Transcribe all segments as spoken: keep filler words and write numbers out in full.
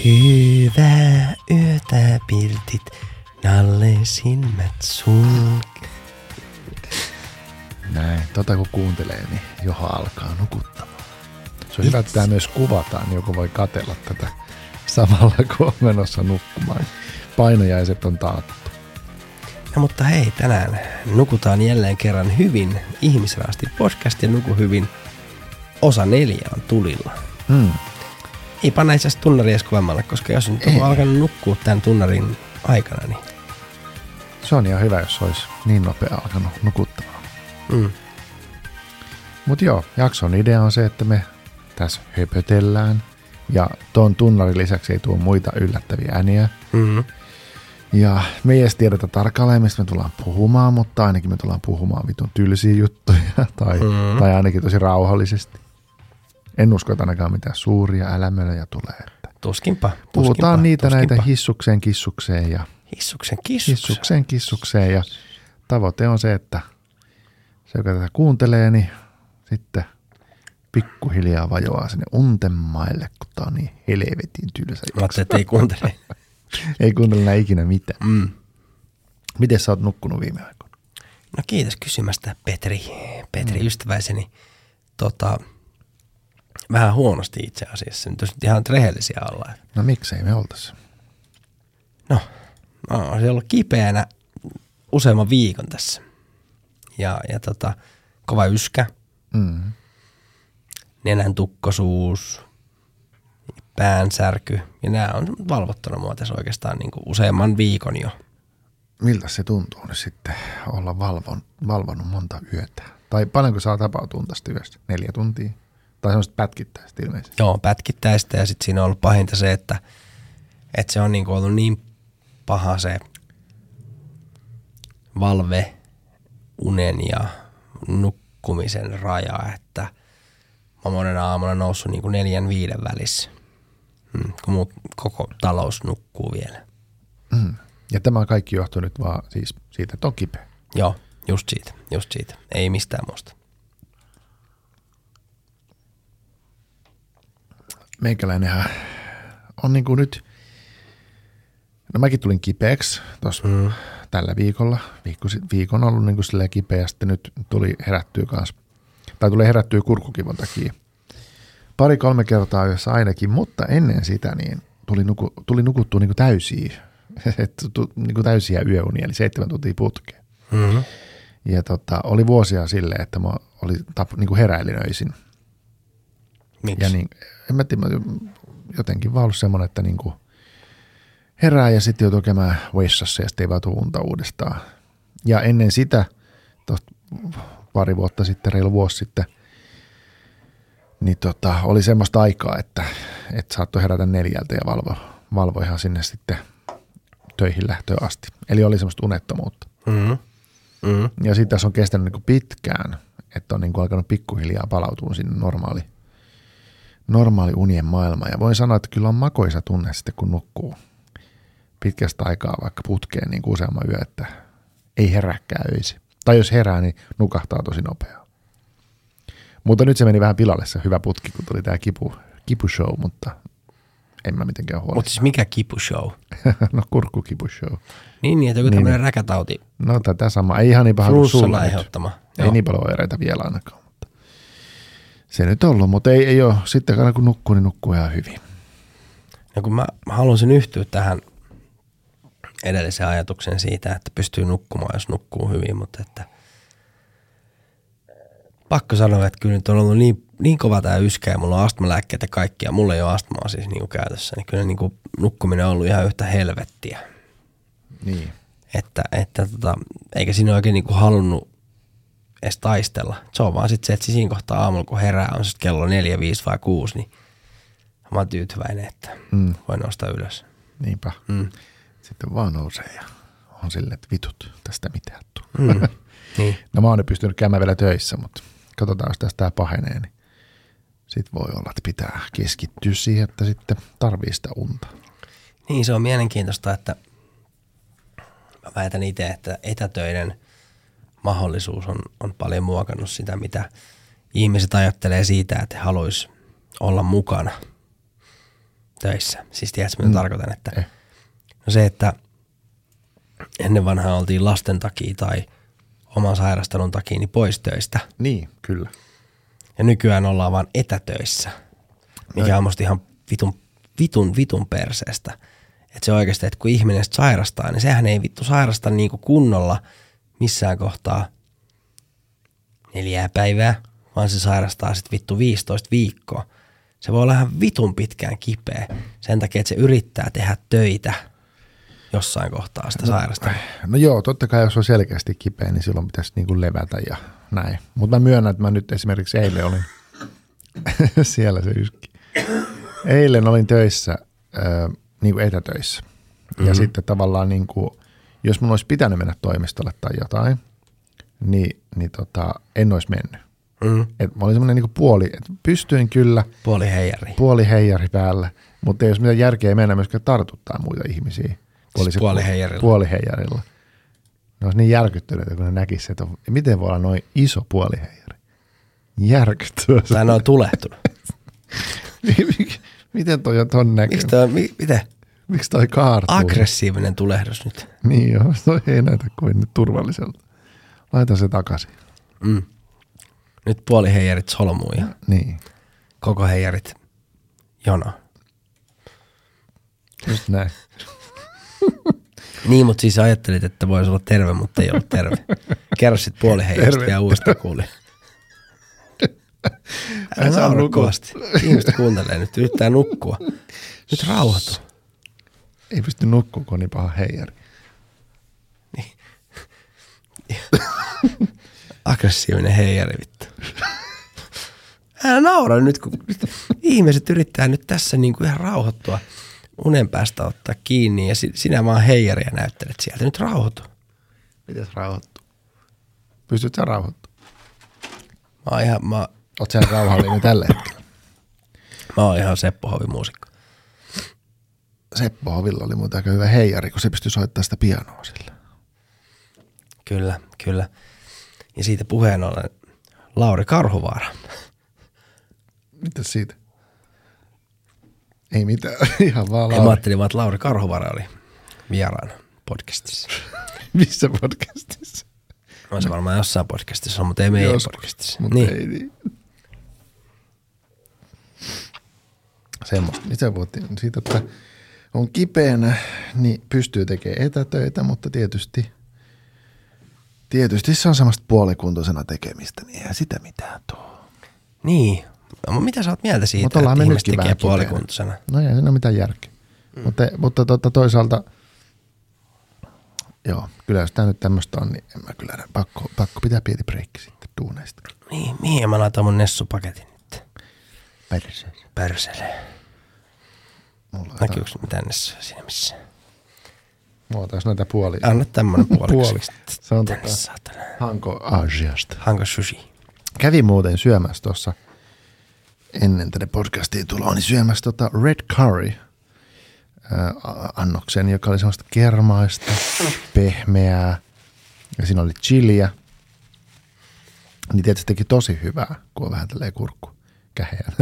Hyvää yötä, Pirtit, Nalle silmät sulke. Näin, tota kun kuuntelee, niin Joha alkaa nukuttamaan. Se on hyvä, että tämä myös kuvataan, niin joku voi katsella tätä samalla, kun on menossa nukkumaan. Painajaiset on taattu. No mutta hei, tänään nukutaan jälleen kerran hyvin. Ihmisraasti podcast ja Nuku hyvin. Osa neljä on tulilla. Hmm. Ei panna itse asiassa tunnaria edes kovemmalle, koska jos nyt on alkanut nukkua tämän tunnarin aikana, niin... Se on ihan hyvä, jos olisi niin nopea alkanut nukuttamaan. Mm. Mutta joo, jakson idea on se, että me tässä höpötellään. Ja tuon tunnarin lisäksi ei tuo muita yllättäviä ääniä. Mm-hmm. Ja me ei edes tiedetä tarkalleen, mistä me tullaan puhumaan, mutta ainakin me tullaan puhumaan vitun tylsiä juttuja. Tai, mm-hmm. tai ainakin tosi rauhallisesti. En usko, että ainakaan mitään suuria älämölöjä tulee. Että tuskinpa. Puhutaan tuskinpa, niitä tuskinpa. näitä hissukseen kissukseen ja Hissuksen kissukseen. hissukseen kissukseen. Ja tavoite on se, että se, joka tätä kuuntelee, niin sitten pikkuhiljaa vajoaa sinne untemaille, kun tää on niin helvetin tylsä. Mä ajattelin, että ei kuuntele. Ei kuuntele enää ikinä mitään. Mm. Miten sä oot nukkunut viime aikoina? No kiitos kysymästä, Petri. Petri, mm. ystäväiseni. Tota, vähän huonosti itse asiassa. Nyt jos nyt ihan rehellisiä ollaan. No miksei me oltais? No, mä oon ollut kipeänä useamman viikon tässä. Ja, ja tota, kova yskä, Mm. nenän tukkosuus, päänsärky. Ja nämä on valvottanut mua tässä oikeastaan niin kuin useamman viikon jo. Miltä se tuntuu nyt sitten olla valvon, valvonut monta yötä? Tai paljonko saa tapautua tästä yöstä? Neljä tuntia? Tai semmoista pätkittäistä ilmeisesti? Joo, pätkittäistä ja sitten siinä on ollut pahinta se, että, että se on niin kuin ollut niin paha se valve, unen ja nukkumisen raja, että mä oon monena aamuna noussut niin kuin neljän viiden välissä, hmm, kun muut koko talous nukkuu vielä. Mm. Ja tämä on kaikki johtuu nyt vaan siis siitä, että on kipeä. Joo, just siitä, just siitä. Ei mistään muusta. Meikäläinenhän on niin kuin nyt, no mäkin tulin kipeäksi tuossa mm. tällä viikolla. Viikko, viikon on ollut niin kuin silleen kipeä ja sitten nyt tuli herättyä kanssa, tai tuli herättyä kurkkukivon takia. Pari-kolme kertaa yössä ainakin, mutta ennen sitä niin tuli, nuku, tuli nukuttua niin kuin täysiä, niin kuin täysiä yöunia, eli seitsemän tuntia putkeen. Mm-hmm. Ja tota, oli vuosia silleen, että mä oli tap, niin kuin heräilin öisin. Miksi? Ja niin, en mä tiedä, jotenkin vaan ollut semmoinen, että niin kuin herää ja sitten joutuu käymään vessassa ja sitten ei vaan tule unta uudestaan. Ja ennen sitä, tosta pari vuotta sitten, reilu vuosi sitten, niin tota, oli semmoista aikaa, että, että saattoi herätä neljältä ja valvo, valvo ihan sinne sitten töihin lähtöön asti. Eli oli semmoista unettomuutta. Mm-hmm. Mm-hmm. Ja sitten tässä on kestänyt niin kuin pitkään, että on niin kuin alkanut pikkuhiljaa palautua sinne normaali, normaali unien maailma. Ja voin sanoa, että kyllä on makoisa tunne sitten, kun nukkuu pitkästä aikaa vaikka putkeen niin kuin useamman yö, että ei herääkään öisin. Tai jos herää, niin nukahtaa tosi nopeaa. Mutta nyt se meni vähän pilalle se hyvä putki, kun tuli tämä kipu, kipushow, mutta en mä mitenkään huolesta. Mutta siis mikä kipushow? No kurkkukipushow. Niin, niin, että joku niin, tämmöinen räkätauti. No tätä sama. Ei ihan niin paha kuin sulla nyt. Aiheuttama. Ei Joo. niin paljon oireita vielä ainakaan. Mutta se nyt on ollut, mutta ei, ei ole. Sitten kun nukkuu, niin nukkuu ihan hyvin. Ja kun mä, mä haluaisin yhtyä tähän edelliseen ajatukseen siitä, että pystyy nukkumaan, jos nukkuu hyvin, mutta että pakko sanoa, että kyllä nyt on ollut niin, niin kova tämä yskä ja mulla on astmalääkkeet ja kaikki ja mulla ei ole astmaa siis niin kuin käytössä, niin kyllä niin kuin nukkuminen on ollut ihan yhtä helvettiä. Niin. Että, että tota, eikä siinä oikein niin kuin halunnut edes taistella. Se on vaan sitten se, että siinä kohtaa aamulla kun herää on sitten kello neljä, viisi vai kuusi, niin mä oon tyytyväinen, että mm. voi nostaa ylös. Niinpä. Mm. Sitten vaan nousee ja on silleen, että vitut, tästä mitään tuu. Mm. Niin. No mä oon nyt pystynyt käymään vielä töissä, mutta katsotaan, jos tästä tää pahenee, niin sit voi olla, että pitää keskittyä siihen, että sitten tarvii sitä unta. Niin, se on mielenkiintoista, että mä väitän itse, että etätöiden mahdollisuus on, on paljon muokannut sitä, mitä ihmiset ajattelee siitä, että he haluaisi olla mukana töissä. Siis tiedätkö, mitä mm. tarkoitan? Että, eh. no se, että ennen vanhaa oltiin lasten takia tai oman sairastelun takia niin pois töistä. Niin, kyllä. Ja nykyään ollaan vaan etätöissä, mikä on musta ihan vitun, vitun, vitun perseestä. Että se oikeasti, että kun ihminen sairastaa, niin sehän ei vittu sairasta niinku kunnolla missään kohtaa neljää päivää, vaan se sairastaa sitten vittu viisitoista viikkoa. Se voi olla ihan vitun pitkään kipeä sen takia, että se yrittää tehdä töitä jossain kohtaa sitä sairasta. No, no joo, totta kai jos on selkeästi kipeä, niin silloin pitäisi niinku levätä ja näin. Mutta mä myönnän, että mä nyt esimerkiksi eilen olin, siellä se yski. Eilen olin töissä, äh, niin kuin etätöissä. Mm-hmm. Ja sitten tavallaan niin kuin, jos mun olisi pitänyt mennä toimistolle tai jotain, niin, niin tota, en olisi mennyt. Mm-hmm. Et mä olin semmoinen niin kuin puoli, että pystyin kyllä. Puoli heijari. Puoli heijari päällä, mutta ei olisi mitään järkeä mennä myöskään tartuttaa muita ihmisiä. Siis puoli heijarilla. Puoli heijarilla. Ne olisi niin järkyttyneitä, kun ne näkisivät, että on, miten voi olla noin iso puoli heijari. Järkyttyä. Tai ne on tulehtunut. Miten toi on ton näköinen? Miksi toi, mi, miten? Miksi toi kaartuu? Aggressiivinen tulehdus nyt. Niin joo, toi ei näytä kovin nyt turvalliselta. Laita se takaisin. Mm. Nyt puoli heijarit solmuu ja niin. Koko heijarit jono. Just näin. Niin, mutta siis ajattelit, että voisi olla terve, mutta ei ollut terve. Kerro sit puoli heijarista ja uudestaan kuuli. Hän saa kovasti. Ihmiset kuuntelee nyt, yrittää nukkua. Nyt rauhoitu. Ei pysty nukkua, kun on niin paha heijari. Niin. Aggressiivinen heijari vittu. Hän nauraa nyt, kun ihmiset yrittää nyt tässä niin kuin ihan rauhoittua. Unen päästä ottaa kiinni ja sinä vaan heijaria näyttelet sieltä. Nyt rauhoitu. Mites rauhoittu? Pystyt sä rauhoittu? Mä oon ihan... Mä... Oot sä rauhallinen tällä hetkellä? Mä oon ihan Seppo Hovi muusikko. Seppo Hovilla oli muuten aika hyvä heijari, kun se pystyi soittamaan sitä pianoa sillä. Kyllä, kyllä. Ja siitä puheen ollen Lauri Karhuvaara. Mitäs siitä? Ei mitään, ihan vaan Lauri. Ja mä ajattelin vaan, että Lauri Karhuvaara oli vieraana podcastissa. Missä podcastissa? On se varmaan jossain podcastissa, mutta ei meidän Joskus, podcastissa. Mutta niin. Ei niin. Semmosta. Mitä puhuttiin siitä, että on kipeänä, niin pystyy tekemään etätöitä, mutta tietysti, tietysti se on semmoista puolikuntoisena tekemistä, niin eihän sitä mitään tuo. Niin. Mitä sä oot mieltä siitä, että ihmiset tekee puolikuntoisena? No ei siinä ole mitään järkeä. Mm. Mutta, mutta to, toisaalta, joo, kyllä jos tämä nyt tämmöistä on, niin en mä kyllä, pakko, pakko pitää pieni breikki sitten duuneista. Niin, mihin mä laitan mun Nessu-paketin nyt? Persele. Persele. Näkyykö mitään Nessuja siinä missä? Mulla taas noita puolia. Anna tämmönen puoliksi. Se on tota Hanko Aasiasta. Hanko Sushi. Kävin muuten syömässä tuossa ennen tänne podcastiin tuloa, niin syömässä tota red curry äh, annoksen, joka oli semmoista kermaista, pehmeää ja siinä oli chiliä. Niin tietysti teki tosi hyvää, kun on vähän tälleen kurkku käheä.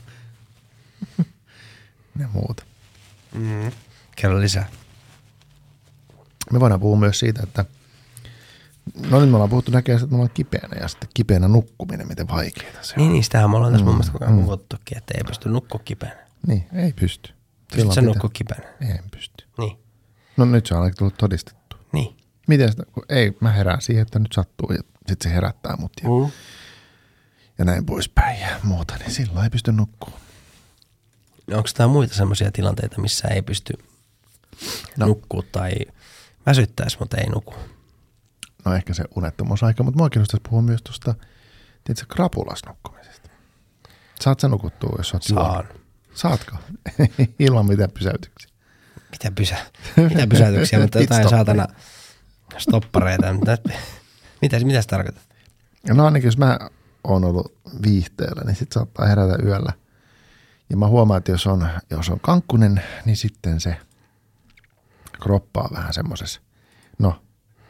Ja muuta. Mm. Kerro lisää. Me voidaan puhua myös siitä, että no nyt me ollaan puhuttu näkemään, että me ollaan kipeänä ja sitten kipeänä nukkuminen, miten vaikeaa se on. Niin, niin sitähän me ollaan tässä mm, mun mielestä koko ajan puhuttukin, että ei pysty nukkua kipeänä. Niin, ei pysty. Pystyt sä nukkua kipeänä? En pysty. Niin. No nyt se on ainakin tullut todistettu. Niin. Miten sitä, kun ei, mä herään siihen, että nyt sattuu ja sitten se herättää mut ja, mm. ja näin poispäin ja muuta, niin silloin ei pysty nukkumaan. No onko tää muita semmoisia tilanteita, missä ei pysty no. nukkua tai väsyttäisi, mutta ei nuku? No ehkä se unettomuusaika, mutta mua kiinnostaisi puhua myös tuosta, tiedätkö, krapulasnukkumisesta. Saat sä nukuttua, jos oot Saan. juonut? Saatko? Ilman mitään pysäytyksiä. Mitä, pysä? Mitä pysäytyksiä? Mutta jotain saatana stoppareita. Mitä, mitä sä tarkoitat? No ainakin jos mä oon ollut viihteellä, niin sit saattaa herätä yöllä. Ja mä huomaan, että jos on, jos on kankkunen, niin sitten se kroppaa vähän semmosessa, no,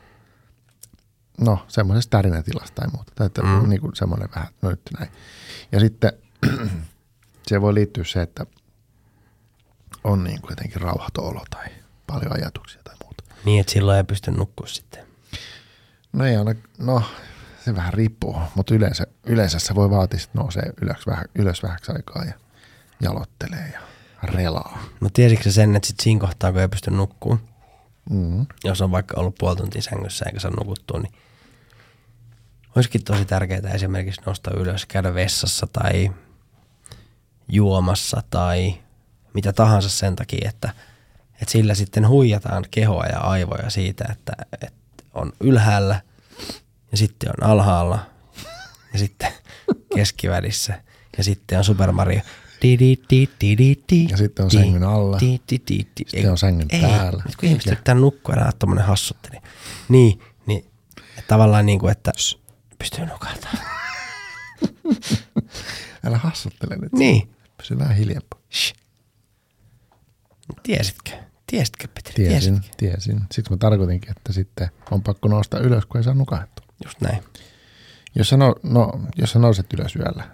no semmoisessa tärinätilassa tai muuta. Tai että mm. niin kuin semmoinen vähän, no nyt näin. Ja sitten se voi liittyä se, että on niin kuin jotenkin rauhaton olo tai paljon ajatuksia tai muuta. Niin, että silloin ei pysty nukkua sitten. No ei aina, no se vähän riippuu, mutta yleensä, yleensä se voi vaatia, että nousee ylös, vähän, ylös vähäksi aikaa ja jalottelee ja relaa. No tiesitkö sä sen, että sit siinä kohtaa, kun ei pysty nukkuun, Mm. jos on vaikka ollut puoli tuntia sängyssä eikä saa nukuttua, niin olisikin tosi tärkeää esimerkiksi nostaa ylös, käydä vessassa tai juomassa tai mitä tahansa sen takia, että, että sillä sitten huijataan kehoa ja aivoja siitä, että, että on ylhäällä ja sitten on alhaalla ja sitten keskivälissä ja sitten on Super Mario. Ja sitten on sängyn alla. Sitten on sängyn päällä. Nyt kun ihmiset yrittää nukkua ja näet tommonen hassutteli. Niin, niin että tavallaan niin kuin, että pystyy nukahtaa. Älä hassuttele nyt. Niin. Pysy vähän hiljempaa. Tiesitkö? Tiesitkö, Petri? Tiesin, Tiesitkö? tiesin. Sitten mä tarkoitinkin, että sitten on pakko nousta ylös, kun ei saa nukahdettua. Just näin. Jos sä, no, no, jos sä nouset ylös yöllä,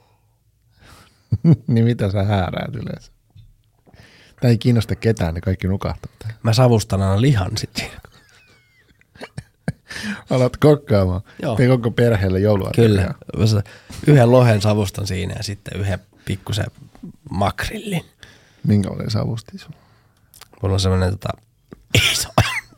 niin mitä sä hääräät yleensä? Tämä ei kiinnosta ketään, niin kaikki nukahtaa. Mä savustan aina lihan sitten. Alat kokkaamaan. Joo. Tein koko perheelle jouluateriaa. Kyllä. Yhden lohen savustan siinä ja sitten yhden pikkusen makrillin. Minkälainen savusti sun? Mulla on semmoinen tota, iso.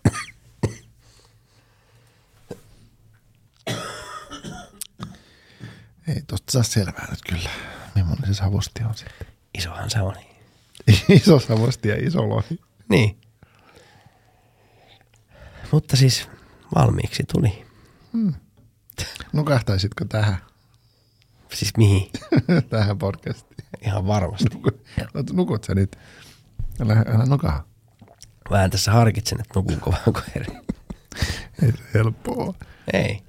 Ei tosta saa selvää nyt kyllä. Millainen se savusti on sitten? Isohan se on. Iso savusti ja iso lohi. Niin. Mutta siis valmiiksi tuli. Hmm. Nukahtaisitko tähän? Siis mihin? Tähän podcastiin. Ihan varmasti. Nukut, nukut sä nyt? Älä, älä nukaha. Vähän tässä harkitsen, että nukunko vaan kuin eri. Ei se helppoa. Ei.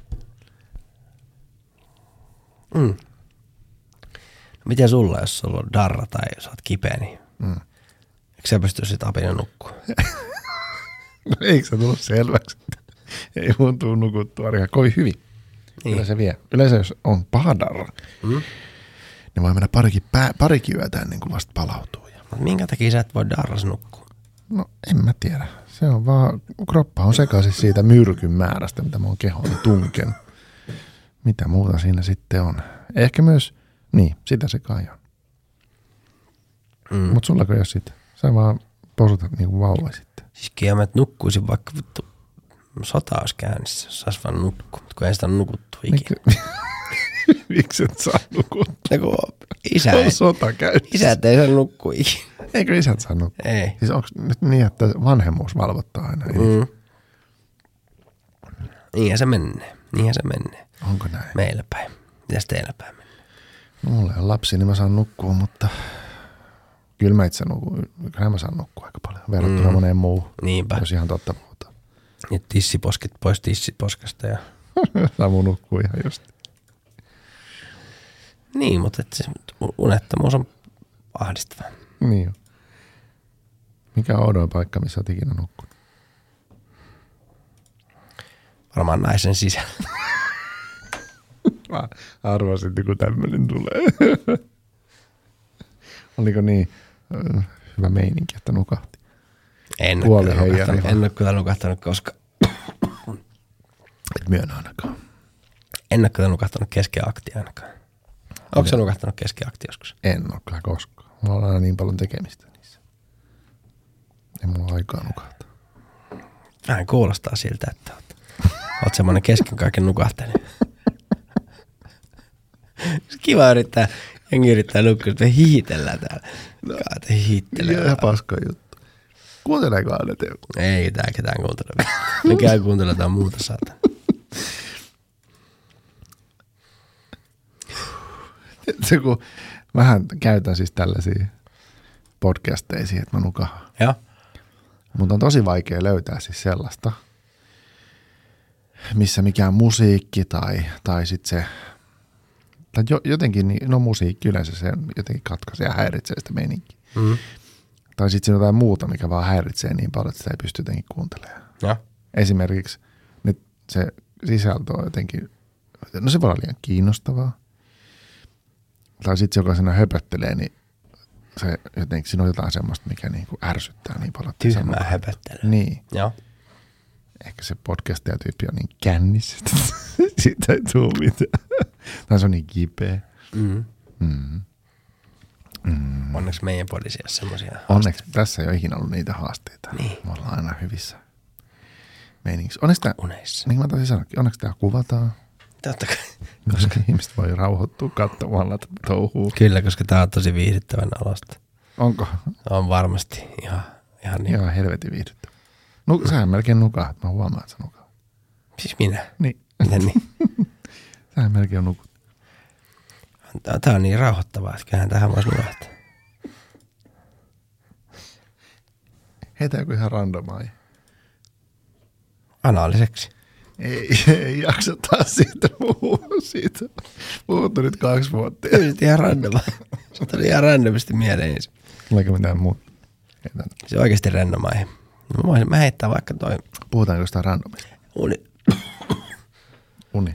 Mm. No miten sulla, jos sulla on darra tai jos oot kipeä, niin mm. eikö sä pysty sit apina nukkua? No eikö se tullut selväksi? Ei mun tuu nukuttua ihan kovin hyvin. Niin. Yleensä vie. Yleensä jos on paha darra, mm. niin voi mennä parikin, pää, parikin yötä ennen kuin vasta palautuu. Mut minkä takia sä et voi darras nukkua? No en mä tiedä. Se on vaan, kroppa on sekaisin siitä myrkyn määrästä, mitä mä oon kehoon tunkenut. Mitä muuta siinä sitten on? Ehkä myös, niin, sitä se kai on. Mm. Mut sullako ei ole sitä? Sä vaan posutat niinku vauva sitten. Siis kyllä mä nukkuisin vaikka vittu sota olisi käynnissä, jos sais vaan nukkua, mutta kun ei sitä nukuttu ikinä. Miksi et saa nukuttua? No kun isä on ei, sota käynnissä. Isät ei saa nukkua ikinä. Eikö isät saa nukkua? Ei. Siis onko nyt niin, että vanhemmuus valvottaa aina? Mm. Niinhän se menee. Niinhän se menee. Onko näin? Meillä päin. Mitäs teillä päin menee? No, mulla on lapsi, niin mä saan nukkua, mutta kyllä mä itse nukun. Kyllä mä saan nukkua aika paljon verrattuna mm. moneen muuhun. Niinpä. Jos ihan totta puhutaan. Ja tissiposkit pois tissiposkasta. Ja... Samu nukkuu ihan just. Niin, mutta et se unettomuus on ahdistavaa. Niin jo. Mikä on oudoin paikka, missä olet ikinä nukkunut? Varmaan naisen sisällä. Mä arvasin, kun tämmöinen tulee. Oliko niin äh, hyvä meininki, että nukahti? En ole, kyllä nukahtanut, en ole kyllä nukahtanut koskaan. Et myönnä ainakaan. En ole kyllä nukahtanut keskiaktia ainakaan. Onko sä nukahtanut keskiakti joskus? En ole kyllä koskaan. Mulla on aina niin paljon tekemistä niissä. Ei mulla ole aikaa nukahtaa. Vähän kuulostaa siltä, että oot, oot semmoinen kesken kaiken nukahtanut. Kiva yrittää, jengi yrittää nukkua, että me hihitellään täällä. No, Kaate hihittelee. Ihan paska juttu. Kuunteleeko aina te? Ei tää ketään kuuntele. Mikään kuuntele jotain muuta saata. Se kun vähän käytän siis tällaisia podcasteja siihen, että mä nukahan. Joo. Mutta on tosi vaikea löytää siis sellaista, missä mikään musiikki tai, tai sitten se, tai jo, jotenkin, niin, no musiikki yleensä se jotenkin katkaisee ja häiritsee sitä meininkiä. Mm-hmm. Tai sitten se on jotain muuta, mikä vaan häiritsee niin paljon, että sitä ei pysty jotenkin kuuntelemaan. Ja. Esimerkiksi nyt se sisältö on jotenkin, no se voi olla liian kiinnostavaa. Tai sitten se, joka siinä höpöttelee, niin se jotenkin, siinä on jotain semmoista, mikä niinku ärsyttää niin paljon. Tyhmää höpöttelyä. Niin. Joo. Ehkä se podcast-tyyppi on niin kännissä, että siitä ei tule mitään. Tai se on niin kipeä. Mm. Mm. Mm. Onneksi meidän podissa ei ole semmoisia. Onneksi tässä ei ole ikinä ollut niitä haasteita. Niin. Me ollaan aina hyvissä meiningissä. Onneksi tää, Uneissa. niin mä taisin sanoakin, onneksi tää kuvataan. Totta kai. Koska ihmiset voi rauhoittua katsomalla touhua. Kyllä, koska tää on tosi viihdyttävän alosta. Onko? On varmasti ihan, ihan niin. Joo, helvetin viihdyttävä. No, sähän melkein nukahat. Mä huomaan, että sä nukahat. Siis minä? Niin. Miten niin? Sähän melkein nukut. Tää on niin rauhoittavaa, että kyllähän tähän voisi nukahtaa. Heitä joku ihan randomai. Anaaliseksi. Ei, ei jaksa taas siitä puhua siitä. Puhuttu nyt kaksi vuotta. Kyllä ihan random. Se tuli ihan randomisti mieleen. Tuleeko mitään muuta? Heitän. Se on oikeasti random aihe. Mä voisin mä heittää vaikka toi Puhutaanko jostain randomista? uni, Uni.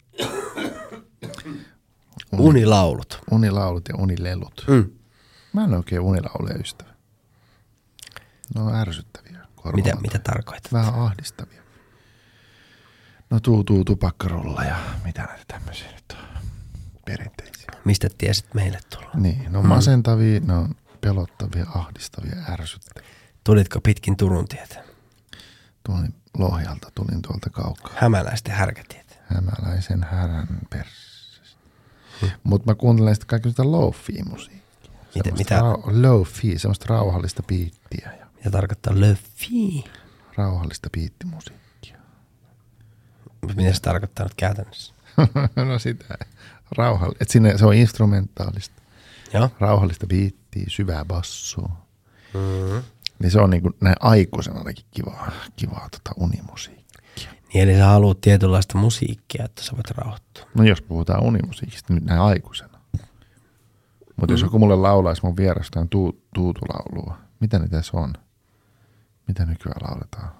Uni. unilaulut. Unilaulut ja unilelut. Mm. Mä en ole oikein unilauluja ystävä. Ne on ärsyttäviä. Mitä, mitä tarkoitat? Vähän ahdistavia. No tuu, tuu, tupakkarulla ja mitä näitä tämmöisiä nyt on. Perinteisiä. Mistä tiesit meille tulla? Niin, ne on masentavia, ne on pelottavia, ahdistavia, ärsyttäviä. Tulitko pitkin Turun tietä? Tulin Lohjalta, tulin tuolta kaukaa. Hämäläisten härkätietä. Hämäläisen härän perssestä. Hmm. Mutta mä kuuntelen sitten kaikki sitä low-fi-musiikkia. Mitä? mitä? Rau- low-fi, semmoista rauhallista biittiä. Ja mitä tarkoittaa low-fi? rauhallista biittimusiikkia. Mitä se tarkoittaa nyt käytännössä? No sitä, rauhallista. Et sinne, se on instrumentaalista. Joo. Rauhallista biittiä, syvää bassoa. Mm-hmm. Niin se on niin kuin näin aikuisena ainakin kivaa, kivaa tota unimusiikkia. Niin eli sä haluat tietynlaista musiikkia, että sä voit rauhoittua. No jos puhutaan unimusiikista, niin näin aikuisena. Mutta mm. jos joku mulle laulaisi mun vieressä tu, tuutulaulua, mitä niitä se on? Mitä nykyään lauletaan?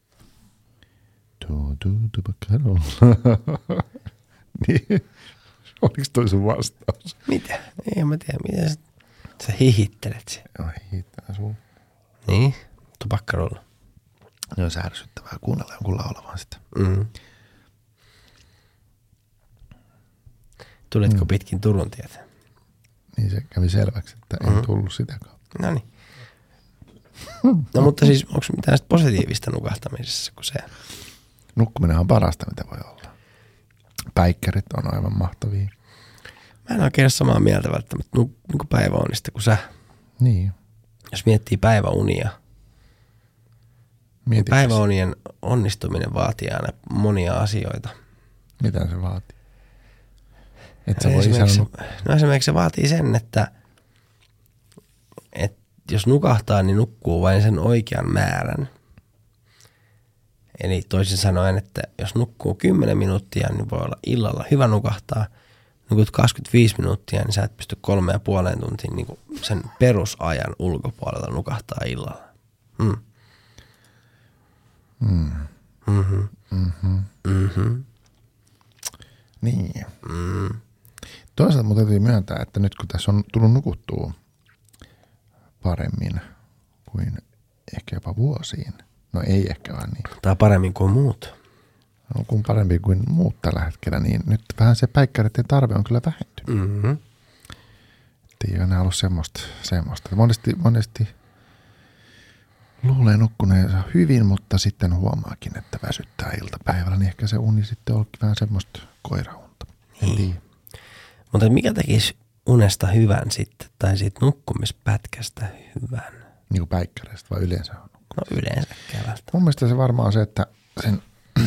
Tuutu, tupakkarulla. Niin, oliko toi sun vastaus? Mitä? Ei mä tiedä, miten sä, sä hihittelet sen. Joo, hiittää sun. Niin, tupakkarulla. Ne on ärsyttävää kuunnella jonkun laulavan sitä. Mm. Tulitko Mm. pitkin Turun tietä? Niin se kävi selväksi, että Mm. ei tullut sitä kautta. No niin. No mutta siis onko mitään positiivista nukahtamisessa kuin se? Nukkuminen on parasta, mitä voi olla. Päikkärit on aivan mahtavia. Mä en oikein ole samaa mieltä välttämättä nu- niin päiväunista kuin sä. Niin. Jos miettii päiväunia, Mietipäs, päiväunien onnistuminen vaatii aina monia asioita. mitä se vaatii. Et sä No voi esimerkiksi, isän... no esimerkiksi se vaatii sen, että, että jos nukahtaa, niin nukkuu vain sen oikean määrän. Eli toisin sanoen, että jos nukkuu kymmenen minuuttia, niin voi olla illalla hyvä nukahtaa. Nukut kaksikymmentäviisi minuuttia, niin sä et pysty kolme ja puoleen tuntiin niin kuin sen perusajan ulkopuolella nukahtaa illalla. Mm. Mm. Mm-hmm. Mm-hmm. Mm-hmm. Niin. Mm. Toisaalta mun täytyy myöntää, että nyt kun tässä on tullut nukuttua paremmin kuin ehkä jopa vuosiin. No ei ehkä vaan niin. Tai paremmin kuin muut. No, kun parempi kuin muut tällä hetkellä, niin nyt vähän se päikkäreiden tarve on kyllä vähentynyt. Mm-hmm. Et ei ole enää ollut semmoista. semmoista. Monesti, monesti luulee nukkuneensa hyvin, mutta sitten huomaakin, että väsyttää iltapäivällä, niin ehkä se uni sitten onkin vähän semmoista koiraunta. En Niin. tiedä. Mutta mikä tekisi unesta hyvän sitten, tai siitä nukkumispätkästä hyvän? Niin kuin päikkäreistä vai yleensä on? No yleensä välttämättä. Mun mielestä se varmaan on se, että sen,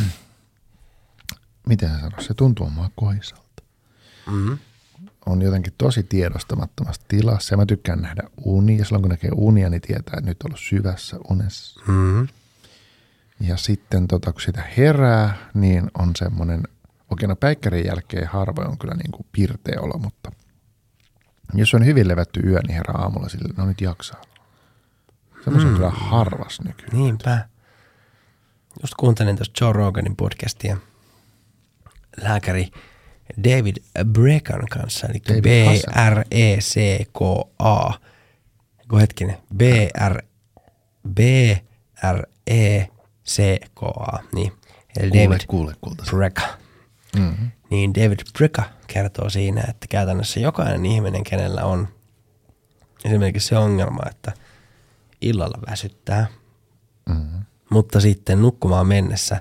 miten se sanoo, se tuntuu makoisalta. Mm-hmm. On jotenkin tosi tiedostamattomassa tilassa ja mä tykkään nähdä unia. Silloin kun näkee unia, niin tietää, että nyt on ollut syvässä unessa. Mm-hmm. Ja sitten tota, kun sitä herää, niin on semmoinen, okei no päikkärin jälkeen harvoin on kyllä niin kuin pirteä olo, mutta jos on hyvin levätty yö, niin herää aamulla sille, no nyt jaksaa. Semmoisen mm. on kyllä harvas nykyään. Niinpä. Just kuuntelin tuosta Joe Roganin podcastia lääkäri David Brecan kanssa, eli B R E C K A Kun hetkinen, B R, B R E C K A, niin. Eli kuule, David kuule, kuule. Brecka. Mm-hmm. Niin David Brecka kertoo siinä, että käytännössä jokainen ihminen, kenellä on esimerkiksi se ongelma, että illalla väsyttää, Mm-hmm. mutta sitten nukkumaan mennessä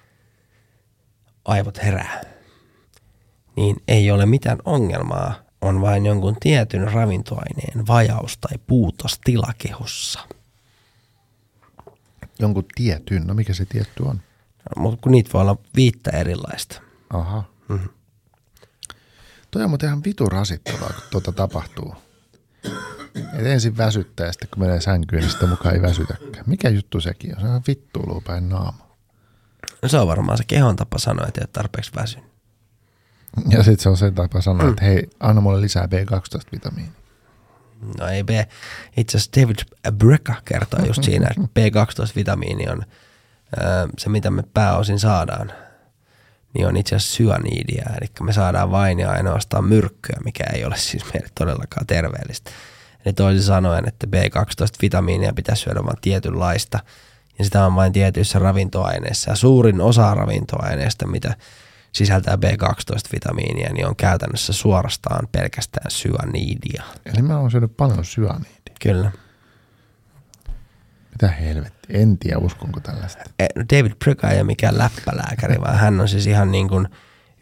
aivot herää, niin ei ole mitään ongelmaa, on vain jonkun tietyn ravintoaineen vajaus tai puutos tilakehossa. Jonkun tietyn, no mikä se tietty on? No, mutta kun niitä voi olla viittä erilaista. Aha. Mm-hmm. Toi on muuten ihan vitu rasittavaa, kun tuota tapahtuu. Et ensin väsyttää ja sitten kun menee sänkyyn, niin sitten mukaan ei väsytäkään. Mikä juttu sekin on? Se on vittuilua päin naama. No se on varmaan se kehon tapa sanoa, että ei ole tarpeeksi väsynyt. Ja sitten se on se tapa sanoa, että hei, anna mulle lisää B kaksitoista-vitamiinia. No ei B. Itse asiassa David Brecka kertoo just siinä, että B kaksitoista-vitamiini on ö, se, mitä me pääosin saadaan, niin on itse asiassa syaniidia. Eli me saadaan vain ja ainoastaan myrkkyä, mikä ei ole siis meille todellakaan terveellistä. Eli toisin sanoen, että B kaksitoista-vitamiinia pitäisi syödä vain tietynlaista, ja sitä on vain tietyissä ravintoaineissa. Ja suurin osa ravintoaineista, mitä sisältää B kaksitoista-vitamiinia, niin on käytännössä suorastaan pelkästään syaniidia. Eli mä oon syönyt paljon syaniidia. Kyllä. Mitä helvettiä, en tiedä uskonko tällaista. David Brecka ei ole mikään läppälääkäri, vaan hän on siis ihan niin kuin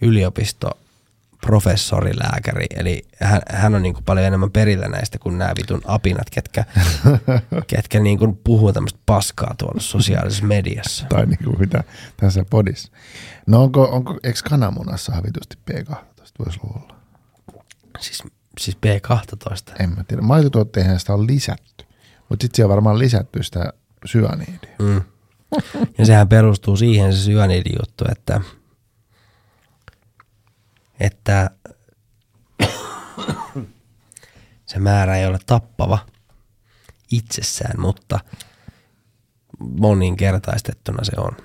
yliopistoprofessorilääkäri. Eli hän, hän on niin kuin paljon enemmän perillä näistä kuin nämä vitun apinat, ketkä, ketkä niin kuin puhuu tämmöistä paskaa tuolla sosiaalisessa mediassa. Tai niin kuin mitä tässä podissa. No onko, onko eikö kananmunassa havitusti B kaksitoista, voisi luulla? Siis, siis B kaksitoista. En mä tiedä. Maitotuotteihin sitä on lisätty. Mutta sitten siellä on varmaan lisätty sitä syaniidia. Mm. Ja sehän perustuu siihen se syaniidin juttu, että, että se määrä ei ole tappava itsessään, mutta moninkertaistettuna se on.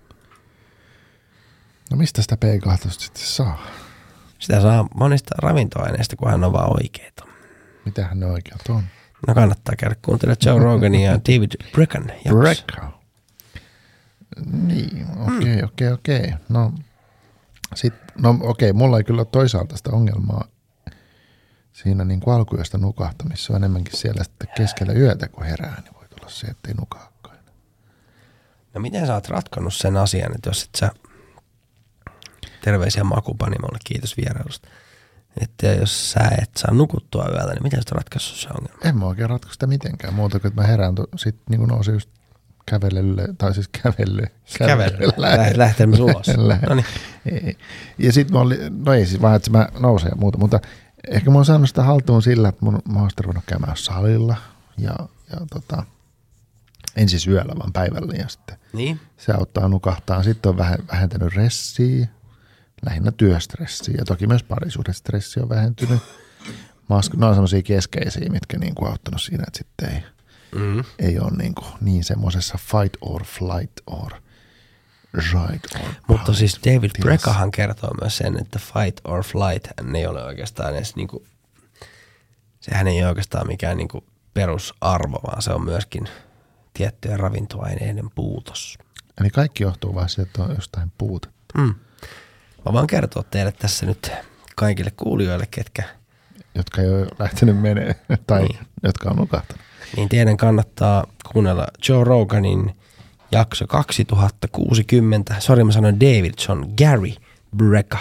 No mistä sitä B kaksitoista sitten saa? Sitä saa monista ravintoaineista, kun hän on vaan oikeita. Mitähän ne oikeat on? No kannattaa käydä kuuntelemaan Joe Roganin ja David Breckan jakso. Brecka. Niin, okei, okay, okei, okay, okei. Okay. No, sit, no okei, okay, mulla ei kyllä ole toisaalta sitä ongelmaa siinä niin kuin alkuyöstä nukahtamissa. On enemmänkin siellä sitten keskellä yötä, kun herää, niin voi tulla se, ettei nukahkaan. No miten sä oot ratkonnut sen asian, että jos et sä, terveisiä Makupanimolle, kiitos vierailusta, että jos sä et saa nukuttua yöllä, niin miten sä oot ratkaissut se ongelma? En mä oikein ratko sitä mitenkään, muuta kuin että mä herään, to, sit niin kuin nousin just kävelylle, tai siis kävely. Kävely, lähtenyt ulos. No niin. Ja sit mä olin, no ei siis vaan, että mä nousen ja muuta, mutta ehkä mä oon saanut sitä haltuun sillä, että mun, mä oon sitten ruvennut käymään salilla ja, ja tota, en siis yöllä, vaan päivällä ja sitten niin. Se auttaa nukahtaa. Sitten on vähentänyt ressiä, lähinnä työstressiä ja toki myös parisuhdestressi on vähentynyt. Mask- ne on semmoisia keskeisiä, mitkä niin kuin auttanut siinä, että sitten ei, mm. ei ole niin, kuin niin semmoisessa fight or flight or ride or Mutta siis David Breckahan kertoo myös sen, että fight or flight hän ei ole oikeastaan edes niin kuin, sehän ei ole oikeastaan mikään niin kuin perusarvo, vaan se on myöskin tiettyjen ravintoaineiden puutos. Eli kaikki johtuu vaan siitä, että on jostain puutetta. Mm. Mä vaan kertoa teille tässä nyt kaikille kuulijoille, ketkä jotka ei ole lähtenyt menee tai niin. Jotka on nukahtanut. Niin teidän kannattaa kuunnella Joe Roganin jakso kaksituhattakuusikymmentä. Sori, mä sanoin David, se on Gary Brecka.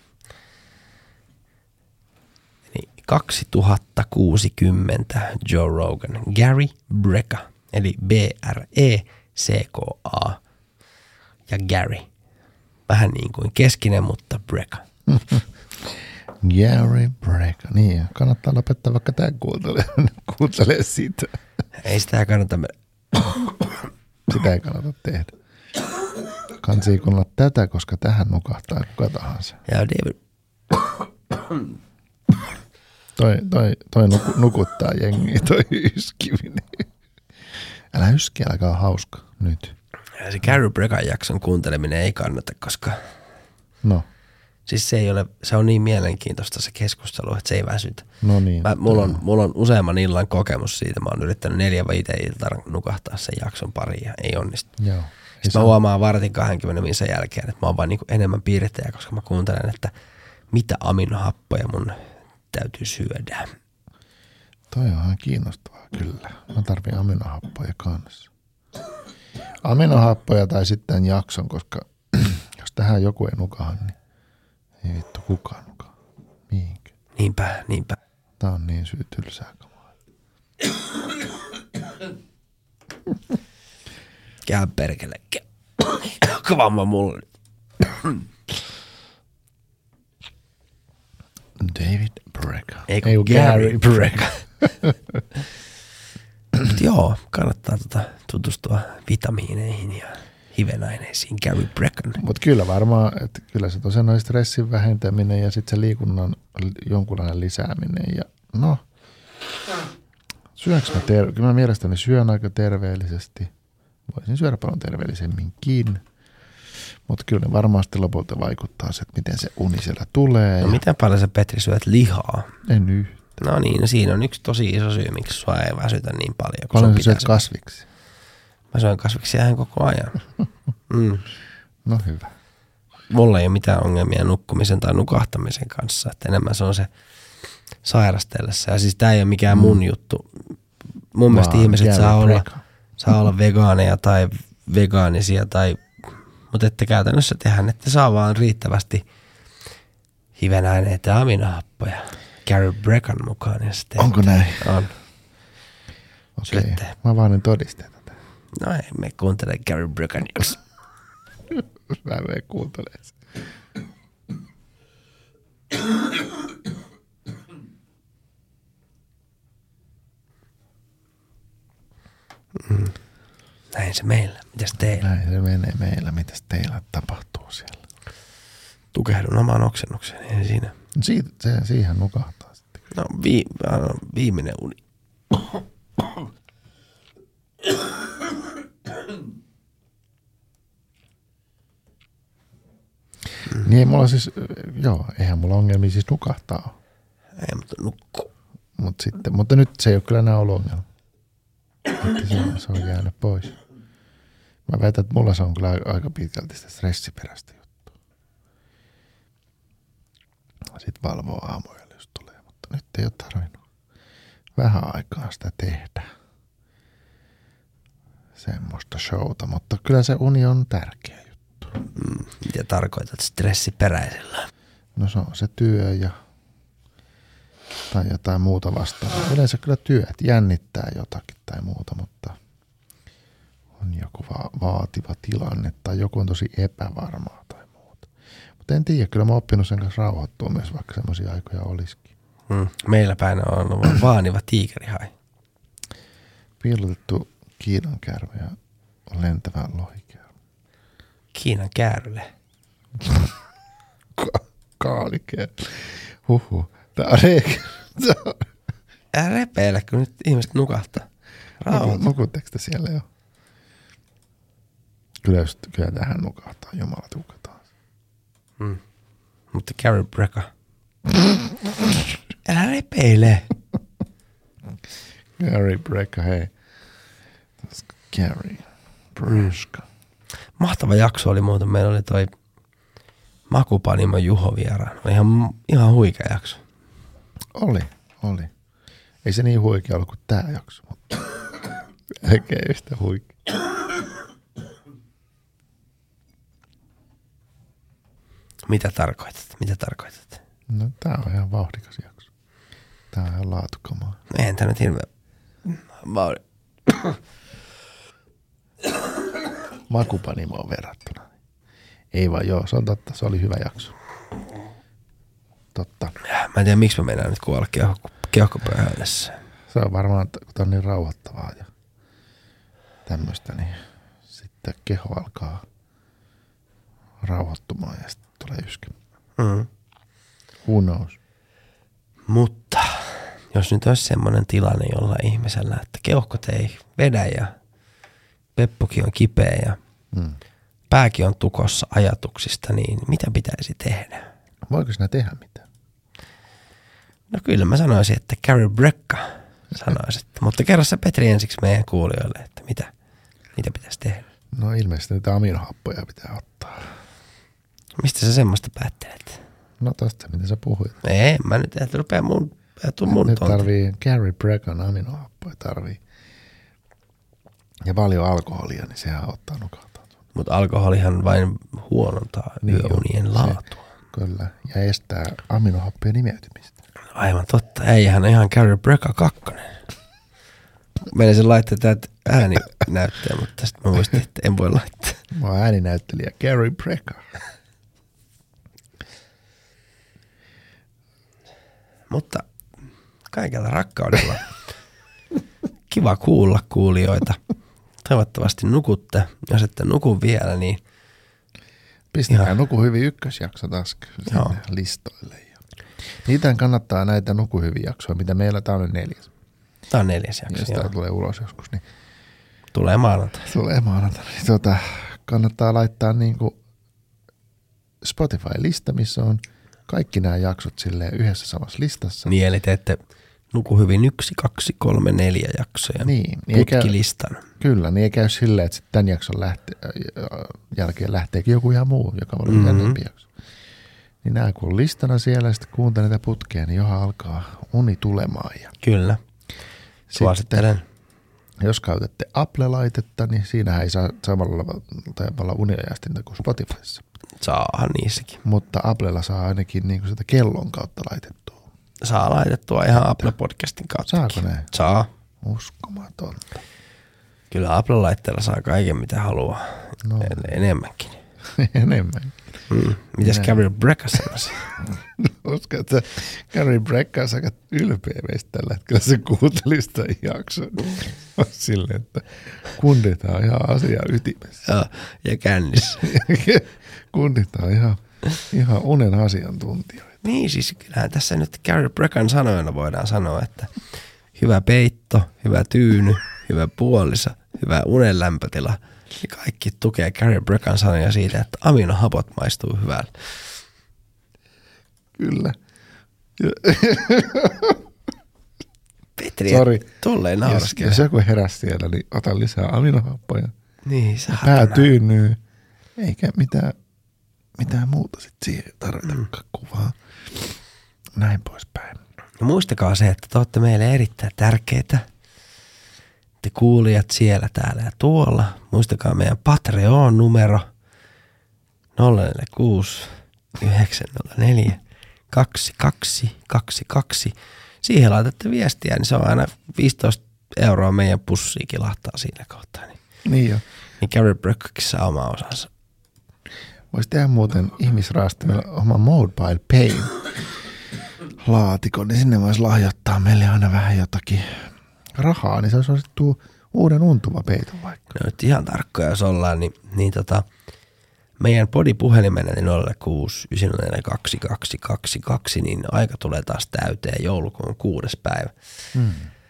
Eli kaksituhattakuusikymmentä Joe Rogan, Gary Brecka, eli B R E C K A ja Gary. Vähän niin kuin keskinen, mutta Brecka. Gary Brecka, niin kannattaa lopettaa vaikka tämä kuuntelee, kuuntelee siitä. Ei sitä kannata mennä. Sitä ei kannata tehdä. Kansii kuunnella tätä, koska tähän nukahtaa kuka tahansa. Ja David. toi toi, toi nuku, nukuttaa jengiä, toi yskiminen. Älä yski, älä ole hauska nyt. Ja se Gary Breckan jakson kuunteleminen ei kannata, koska no. Siis se ei ole, se on niin mielenkiintoista se keskustelu, että se ei väsytä. No niin. Mä, mulla, on, mulla on useamman illan kokemus siitä. Mä oon yrittänyt neljä vai itse iltaan nukahtaa sen jakson pariin ja ei onnistu. Joo. Sitten mä huomaan vartin kaksikymmentä minuutin jälkeen, että mä oon vaan niinku enemmän piirtejä, koska mä kuuntelen, että mitä aminohappoja mun täytyy syödä. Toi on ihan kiinnostavaa kyllä. Mä tarvin aminohappoja kanssa. Aminohappoja tai sitten jakson, koska jos tähän joku ei nukaha, niin ei vittu kukaan nukaha. Mihinkä? Niinpä, niinpä. Tää on niin syy tylsää kamaa. Kää perkele. Kovamma mulle. David Brecka. Ei kun Gary Brecka. Joo, kannattaa tota tutustua vitamiineihin ja hivenaineisiin Gary Breckan. Mutta kyllä varmaan, että kyllä se tosiaan on stressin vähentäminen ja sitten se liikunnan jonkunlainen lisääminen. Ja no, syönkö mä, ter- kyllä mä mielestäni syön aika terveellisesti. Voisin syödä paljon terveellisemminkin. Mutta kyllä ne varmasti lopulta vaikuttaa se, että miten se uni siellä tulee. No ja miten paljon sä, Petri, syöt lihaa? en yhtään. No niin, no siinä on yksi tosi iso syy, miksi sua ei väsytä niin paljon. Kun Paljon sun sä syöt pitäisi- kasviksi? Mä syön kasviksia ihan koko ajan. Mm. No hyvä. Mulla ei ole mitään ongelmia nukkumisen tai nukahtamisen kanssa. Että enemmän se on se sairastellessa. Ja siis tää ei ole mikään mun juttu. Mun mielestä Vaan ihmiset Gary saa olla, Brecka. saa olla vegaaneja tai vegaanisia. Tai, mutta ette käytännössä tehdä, että saa vaan riittävästi hivenaineita ja aminohappoja. Gary Breckan mukaan. Ja sitten Onko näin? on. Okei. Syötte. Mä vaan todisteita. No ei, me kuuntele Gary Breckan jakso. Mä menen kuuntelemaan sen. Näin se meillä. Mitäs teillä? Näin se menee meillä. Mitäs teillä tapahtuu siellä? Tukehdun omaan oksennukseen. Ei siinä. Siitä, se, siihen nukahtaa sitten. No vi, äh, viimeinen uni. Mm. Niin ei mulla siis, joo, eihän mulla ongelmia siis nukahtaa. Ei, mutta nukkuu. Mut sitten, mutta nyt se ei ole kyllä enää ollut ongelma. Että se, se on jäänyt pois. Mä väitän, että mulla se on kyllä aika pitkälti sitä stressiperäistä juttua. Sitten valvoo aamuilla, jos tulee, mutta nyt ei ole tarvinnut vähän aikaa sitä tehdä. Semmoista showta, mutta kyllä se uni on tärkeä juttu. Mm, mitä tarkoitat stressiperäisellä? No se on se työ ja tai jotain muuta vastaavaa. Yleensä kyllä työt jännittää jotakin tai muuta, mutta on joku va- vaativa tilanne tai joku on tosi epävarmaa tai muuta. Mutta en tiedä, kyllä mä oon oppinut sen kanssa rauhoittua myös, vaikka semmoisia aikoja olisikin. Mm, meillä päin on ollut vaaniva tiikerihai. Piilotettu Kiinan käärme ja lentävä lohikäärme. Kiinan käärylle. Ka- Kaalikäärme. Huhhuh. Tää on reikä. Älä repeile, kun nyt ihmiset nukahtaa. Rauhoitu. Nukutteko te siellä jo? Kyllä, just, kyllä tähän nukahtaa. Jumala tukataan. Mm. Mutta Gary Brecka. Älä repeile. Gary Brecka, hei. Gary Brecka. Mahtava jakso oli muuten. Meillä oli toi Makupanimo Juho vieraan. Oli ihan, ihan huikea jakso. Oli, oli. Ei se niin huikea ollut kuin tää jakso, mutta melkein yhtä huikea. Mitä tarkoitat? Mitä tarkoitat? No tää on ihan vauhdikas jakso. Tää on ihan laatukamaa. No eihän tää nyt hirveä. Mä olin. Makupanimoon verrattuna. Ei vaan joo, se on totta. Se oli hyvä jakso. Totta. Mä en tiedä, miksi mä mennään nyt kuolla keuhko, keuhkopöyhäydessä. Se on varmaan, kun tää on niin rauhoittavaa ja tämmöistä, niin sitten keho alkaa rauhoittumaan ja sitten tulee yskä. Mm. Who knows? Mutta jos nyt olisi semmoinen tilanne jollain ihmisellä, että keuhkot ei vedä ja peppukin on kipeä ja Mm. pääkin on tukossa ajatuksista, niin mitä pitäisi tehdä? Voiko sinä tehdä mitään? No kyllä mä sanoisin, että Gary Brecka sanoisi. Että, mutta kerro sä Petri ensiksi meidän kuulijoille, että mitä, mitä pitäisi tehdä. No ilmeisesti niitä aminohappoja pitää ottaa. Mistä sä semmoista päättelet? No tosta, mitä sä puhuit. Ei, mä nyt en rupea mun, mun Nyt tonti. tarvii Gary Breckan aminohappoja tarvii. Ja paljon alkoholia, niin sehän ottaa nukahtaa. Mutta alkoholihan vain huonontaa niin yöunien on, laatua. Se, kyllä, ja estää aminohappojen imeytymistä. Aivan totta. Eihän ihan Gary Brecka kakkonen. Meidän laittaa täältä ääninäyttöä, mutta sitten mä muistin, että en voi laittaa. Mä oon ääninäyttelijä Gary Brecka. Mutta kaikella rakkaudella. Kiva kuulla kuulijoita. Toivottavasti nukutte. Jos ette nuku vielä, niin Pistäkää ihan. Nuku hyvin ykkösjakso taas sinne listoille. Niitä kannattaa näitä Nuku hyvin jaksoja, mitä meillä, tää on nyt neljäs. Tää on neljäs jakso. Jos tää tulee ulos joskus, niin tulee maanantaina. tulee maanantaina. Niin tota, kannattaa laittaa niinku Spotify-lista, missä on kaikki nämä jaksot silleen yhdessä samassa listassa. Niin, eli teette Nuku hyvin yksi, kaksi, kolme, neljä jaksoja. Niin, niin putkilistan. Kyllä, niin ei käy silleen, että tämän jakson lähte, jälkeen lähteekin joku ihan muu, joka voi olla mm-hmm. jännempi jakso. Niin nämä kun on listana siellä ja sitten kuuntelee näitä putkeja, niin johon alkaa uni tulemaan. Ja Kyllä. Suosittelen. Jos käytätte Apple-laitetta, niin siinähän ei saa samalla tavalla uniajastinta kuin Spotifyssa. Saahan niissäkin. Mutta Applella saa ainakin niin kuin sitä kellon kautta laitettua. Saa laitettua ihan Apple-podcastin kautta. Saako näin? Saa. Uskomatonta. Kyllä Apple-laitteella saa kaiken mitä haluaa. No. Enemmänkin. Enemmän. Mm. Mitäs Gary Brecka sanoisi? Uskon, että Gary Brecka on aika ylpeä meistä tällä hetkellä. Se kuunteli sitä jakson. Silleen, että kundit on ihan asiaa ytimessä. Ja, ja kännissä. Kundit on ihan, ihan unen asiantuntijoita. Niin siis kyllähän tässä nyt Gary Breckan sanoina voidaan sanoa, että hyvä peitto, hyvä tyyny, hyvä puolisa, hyvä unen lämpötila. Ja kaikki tukee Gary Breckan sanoja siitä, että aminohapot maistuu hyvälle. Kyllä. Petri, Sori. tolleen Jos, nauraskele. jos joku heräsi siellä, niin ota lisää aminohappoja. Niin, sä Pää tyynnyy. Eikä mitään, mitään muuta sit siihen tarvitakaan mm. kuvaa. Näin poispäin. Ja muistakaa se, että te olette meille erittäin tärkeitä. Te kuulijat siellä, täällä ja tuolla. Muistakaa meidän Patreon-numero nolla neljä kuusi yhdeksän nolla neljä kaksi kaksi kaksi kaksi. Siihen laitatte viestiä, niin se on aina viisitoista euroa meidän pussiin kilahtaa siinä kohtaa. Niin, Niin jo. niin Gary Breckakin saa oma osansa. Voisi tehdä muuten ihmisraastimella oma Mobile Pay laatikon, niin sinne voisi lahjoittaa meille aina vähän jotakin rahaa, niin se olisi osittu uuden untuva peiton vaikka. No nyt ihan tarkkoja jos ollaan, niin, niin tota, meidän podipuhelimen eli nolla kuusi yhdeksän neljä kaksi kaksi kaksi kaksi, niin aika tulee taas täyteen joulukuun kuudes päivä. Hmm.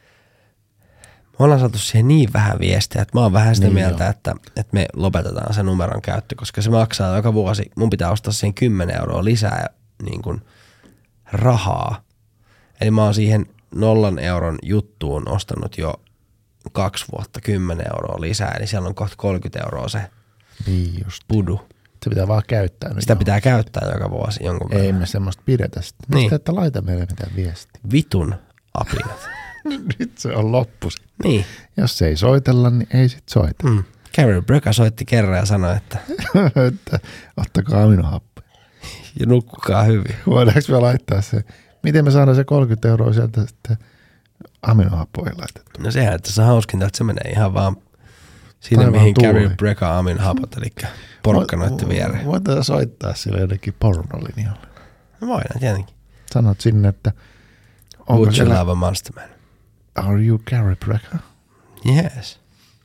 Me ollaan saatu siihen niin vähän viestiä, että mä oon vähän sitä niin mieltä, että, että me lopetetaan se numeron käyttö, koska se maksaa joka vuosi. Mun pitää ostaa siihen kymmenen euroa lisää niin kuin rahaa. Eli mä oon siihen nollan euron juttuun ostanut jo kaksi vuotta kymmenen euroa lisää, eli siellä on kohta kolmekymmentä euroa se Niin just. pudu. Se pitää vaan käyttää. Sitä pitää käyttää joka vuosi jonkun verran. Ei me semmoista pidetä sitten. Niin. Mistä että laita meille mitään viestiä. Vitun apinat. Nyt se on loppu. Niin. Jos se ei soitella, niin ei sit soita. Mm. Gary Brecka soitti kerran ja sanoi, että että ottakaa aminohappoja. ja nukkukaa hyvin. Voidaanko me laittaa se, miten me saadaan se kolmekymmentä euroa sieltä sitten aminohappoja laitettu? No sehän, että se on hauskinta, että se menee ihan vaan sinne, Taivaan mihin tuuli. Gary Brecka aminohapot, eli porkkanoitten viereen. Voidaan soittaa sille jotenkin pornolinjalle. No voidaan tietenkin. Sanot sinne, että onko Would you siellä, love a monster man? are you Gary Brecka? Yes.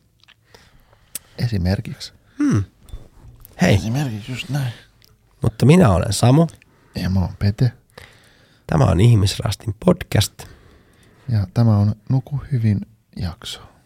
Esimerkiksi. Hmm. Hei, Esimerkiksi just näin. mutta minä olen Samu. Ja mä oon Pete. Tämä on Ihmisrastin podcast. Ja tämä on Nuku hyvin jakso.